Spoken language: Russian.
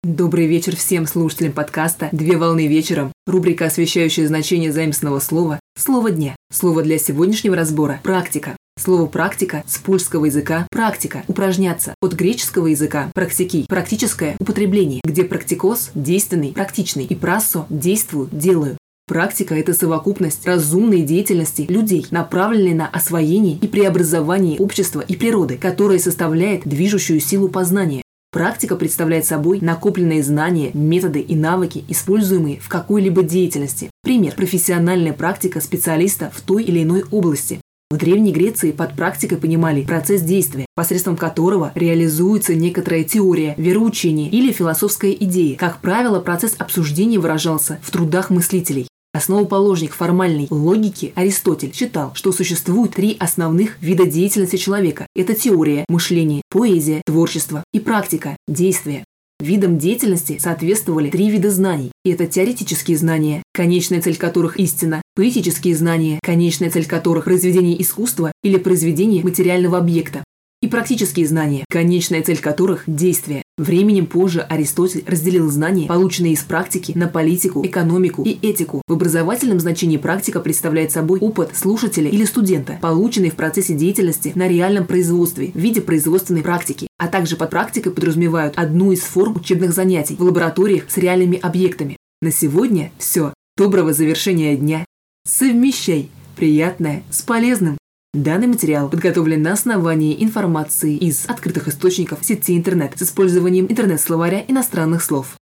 Добрый вечер всем слушателям подкаста «Две волны вечером». Рубрика, освещающая значение заимственного слова «Слово дня». Слово для сегодняшнего разбора – «практика». Слово «практика» с польского языка «практика» – упражняться, от греческого языка «практики» – практическое употребление, где практикос – действенный, практичный и прассо – действую, делаю. Практика – это совокупность разумной деятельности людей, направленной на освоение и преобразование общества и природы, которая составляет движущую силу познания. Практика представляет собой накопленные знания, методы и навыки, используемые в какой-либо деятельности. Пример – профессиональная практика специалиста в той или иной области. В Древней Греции под практикой понимали процесс действия, посредством которого реализуется некоторая теория, вероучение или философская идея. Как правило, процесс обсуждения выражался в трудах мыслителей. Основоположник формальной логики Аристотель считал, что существует три основных вида деятельности человека. Это теория, мышление, поэзия, творчество и практика, действие. Видам деятельности соответствовали три вида знаний. Это теоретические знания, конечная цель которых истина, поэтические знания, конечная цель которых произведение искусства или произведение материального объекта, и практические знания, конечная цель которых – действие. Временем позже Аристотель разделил знания, полученные из практики, на политику, экономику и этику. В образовательном значении практика представляет собой опыт слушателя или студента, полученный в процессе деятельности на реальном производстве в виде производственной практики, а также под практикой подразумевают одну из форм учебных занятий в лабораториях с реальными объектами. На сегодня все. Доброго завершения дня. Совмещай приятное с полезным. Данный материал подготовлен на основании информации из открытых источников сети интернет с использованием интернет-словаря иностранных слов.